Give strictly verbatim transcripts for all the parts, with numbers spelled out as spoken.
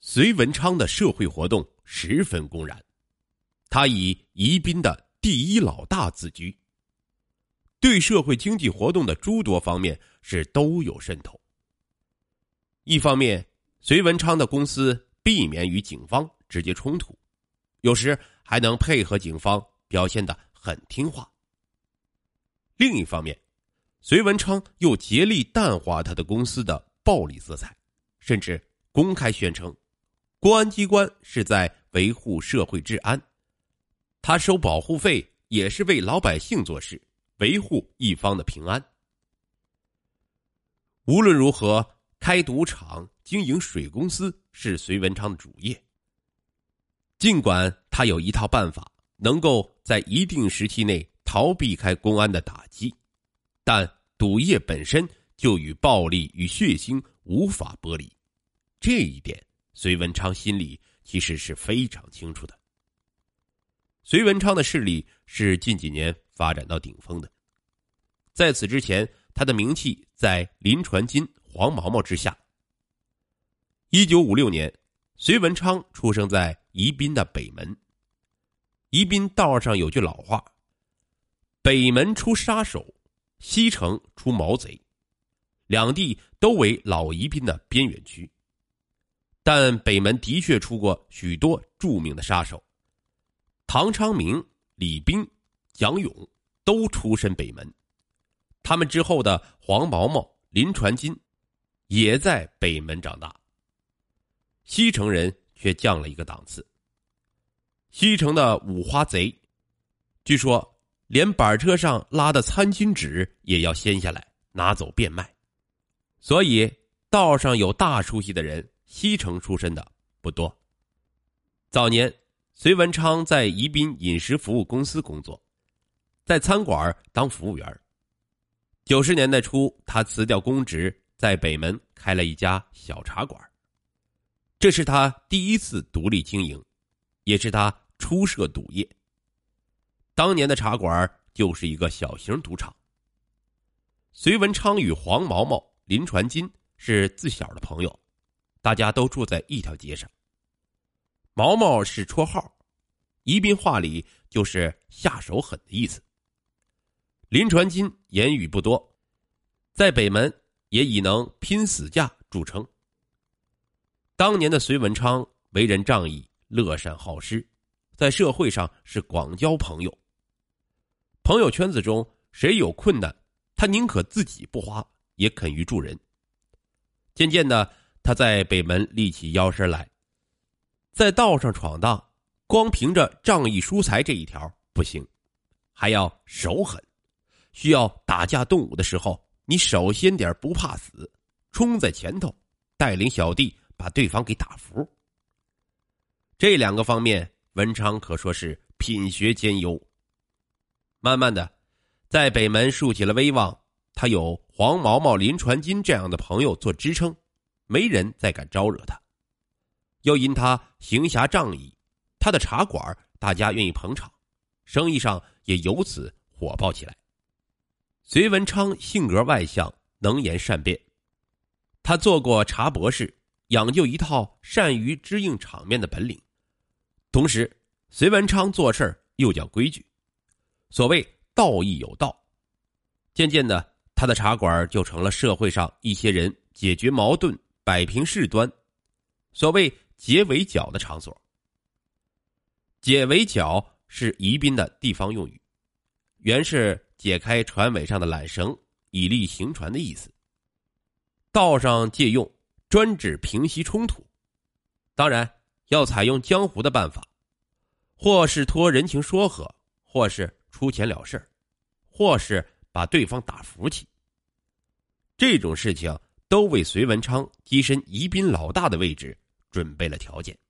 隋文昌的社会活动十分公然，他以宜宾的第一老大自居，对社会经济活动的诸多方面是都有渗透。一方面，隋文昌的公司避免与警方直接冲突，有时还能配合警方，表现得很听话。另一方面，隋文昌又竭力淡化他的公司的暴力色彩，甚至公开宣称公安机关是在维护社会治安，他收保护费也是为老百姓做事，维护一方的平安。无论如何，开赌场、经营水公司是隋文昌的主业。尽管他有一套办法能够在一定时期内逃避开公安的打击，但赌业本身就与暴力与血腥无法剥离，这一点隋文昌心里其实是非常清楚的。隋文昌的势力是近几年发展到顶峰的，在此之前，他的名气在林传金、黄毛毛之下。一九五六年，隋文昌出生在宜宾的北门。宜宾道上有句老话，北门出杀手，西城出毛贼，两地都为老宜宾的边缘区。但北门的确出过许多著名的杀手，唐昌明、李冰、蒋勇都出身北门，他们之后的黄毛毛、林传金也在北门长大。西城人却降了一个档次。西城的五花贼，据说连板车上拉的餐巾纸也要掀下来拿走变卖，所以道上有大出息的人，西城出身的不多。早年，隋文昌在宜宾饮食服务公司工作，在餐馆当服务员。九十年代初，他辞掉公职，在北门开了一家小茶馆。这是他第一次独立经营，也是他初涉赌业。当年的茶馆就是一个小型赌场。隋文昌与黄毛毛、林传金是自小的朋友，大家都住在一条街上。毛毛是绰号，宜宾话里就是下手狠的意思。林传金言语不多，在北门也以能拼死架著称。当年的隋文昌为人仗义，乐善好施，在社会上是广交朋友。朋友圈子中谁有困难，他宁可自己不花，也肯于助人。渐渐的，他在北门立起腰身来。在道上闯荡，光凭着仗义疏财这一条不行，还要手狠。需要打架动武的时候，你首先点不怕死，冲在前头，带领小弟把对方给打服。这两个方面，文昌可说是品学兼优。慢慢的，在北门树起了威望，他有黄毛毛、林传金这样的朋友做支撑，没人再敢招惹他。又因他行侠仗义，他的茶馆大家愿意捧场，生意上也由此火爆起来。隋文昌性格外向，能言善辩，他做过茶博士，养就一套善于支应场面的本领。同时，隋文昌做事又讲规矩，所谓道义有道。渐渐的，他的茶馆就成了社会上一些人解决矛盾、摆平事端，所谓解围剿的场所。解围剿是宜宾的地方用语，原是解开船尾上的缆绳，以利行船的意思。道上借用，专指平息冲突。当然，要采用江湖的办法，或是托人情说和，或是出钱了事，或是把对方打服气。这种事情都为隋文昌跻身宜宾老大的位置准备了条件。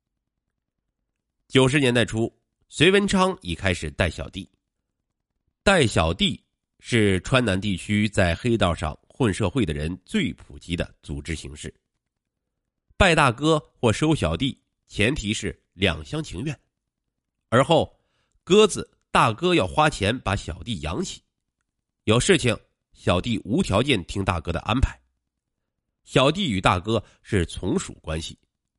九十年代初，隋文昌已开始带小弟。带小弟是川南地区在黑道上混社会的人最普及的组织形式。拜大哥或收小弟，前提是两厢情愿，而后鸽子大哥要花钱把小弟养起，有事情小弟无条件听大哥的安排。小弟与大哥是从属关系，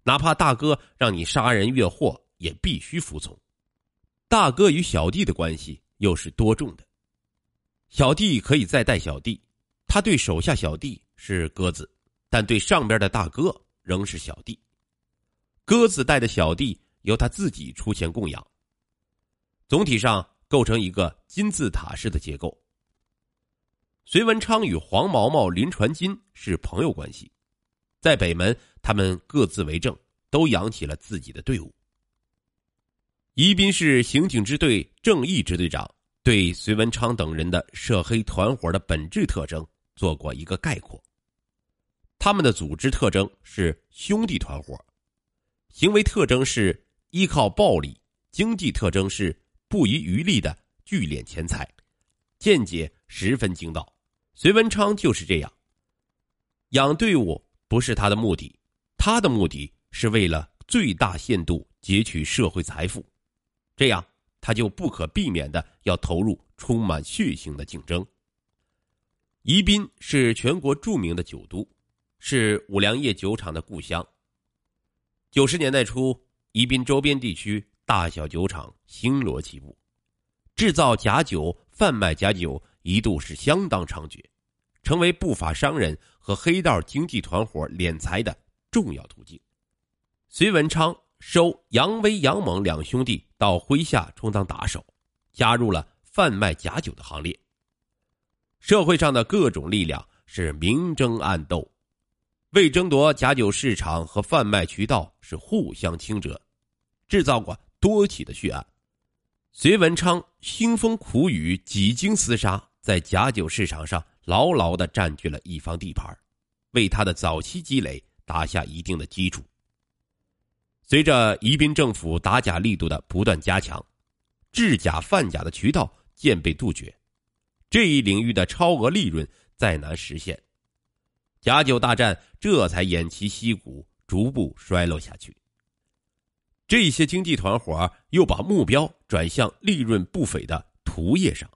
哪怕大哥让你杀人越货，也必须服从。大哥与小弟的关系又是多重的。小弟可以再带小弟，他对手下小弟是鸽子，但对上边的大哥仍是小弟。鸽子带的小弟由他自己出钱供养，总体上构成一个金字塔式的结构。隋文昌与黄毛毛、林传金是朋友关系，在北门他们各自为政，都养起了自己的队伍。宜宾市刑警支队正义支队长对隋文昌等人的涉黑团伙的本质特征做过一个概括。他们的组织特征是兄弟团伙，行为特征是依靠暴力，经济特征是不遗余力的聚敛钱财，见解十分精到。隋文昌就是这样，养队伍不是他的目的，他的目的是为了最大限度截取社会财富，这样他就不可避免的要投入充满血腥的竞争。宜宾是全国著名的酒都，是五粮液酒厂的故乡。九十年代初，宜宾周边地区大小酒厂星罗棋布，制造假酒、贩卖假酒一度是相当猖獗，成为不法商人和黑道经济团伙敛财的重要途径。隋文昌收杨威、杨猛两兄弟到麾下充当打手，加入了贩卖假酒的行列。社会上的各种力量是明争暗斗，为争夺假酒市场和贩卖渠道是互相倾折，制造过多起的血案。隋文昌腥风苦雨、几经厮杀，在假酒市场上牢牢地占据了一方地盘，为他的早期积累打下一定的基础。随着宜宾政府打假力度的不断加强，制假贩假的渠道渐被杜绝，这一领域的超额利润再难实现，假酒大战这才偃旗息鼓，逐步衰落下去。这些经济团伙又把目标转向利润不菲的涂业上。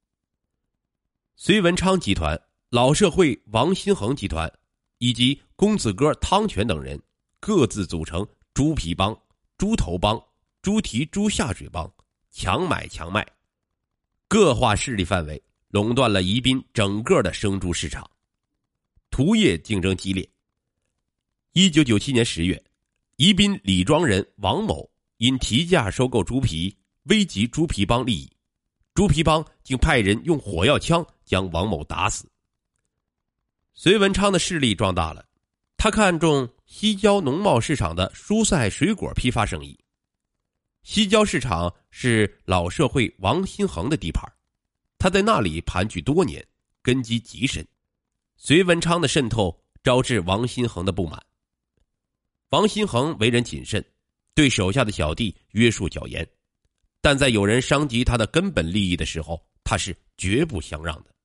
隋文昌集团、老社会王新恒集团以及公子哥汤泉等人各自组成猪皮帮、猪头帮、猪蹄猪下水帮，强买强卖，各化势力范围，垄断了宜宾整个的生猪市场，涂业竞争激烈。一九九七年十月，宜宾李庄人王某因提价收购猪皮，危及猪皮帮利益，猪皮帮竟派人用火药枪将王某打死。隋文昌的势力壮大了，他看中西郊农贸市场的蔬菜水果批发生意。西郊市场是老社会王新恒的地盘，他在那里盘踞多年，根基极深。隋文昌的渗透招致王新恒的不满。王新恒为人谨慎，对手下的小弟约束较严，但在有人伤及他的根本利益的时候，他是绝不相让的。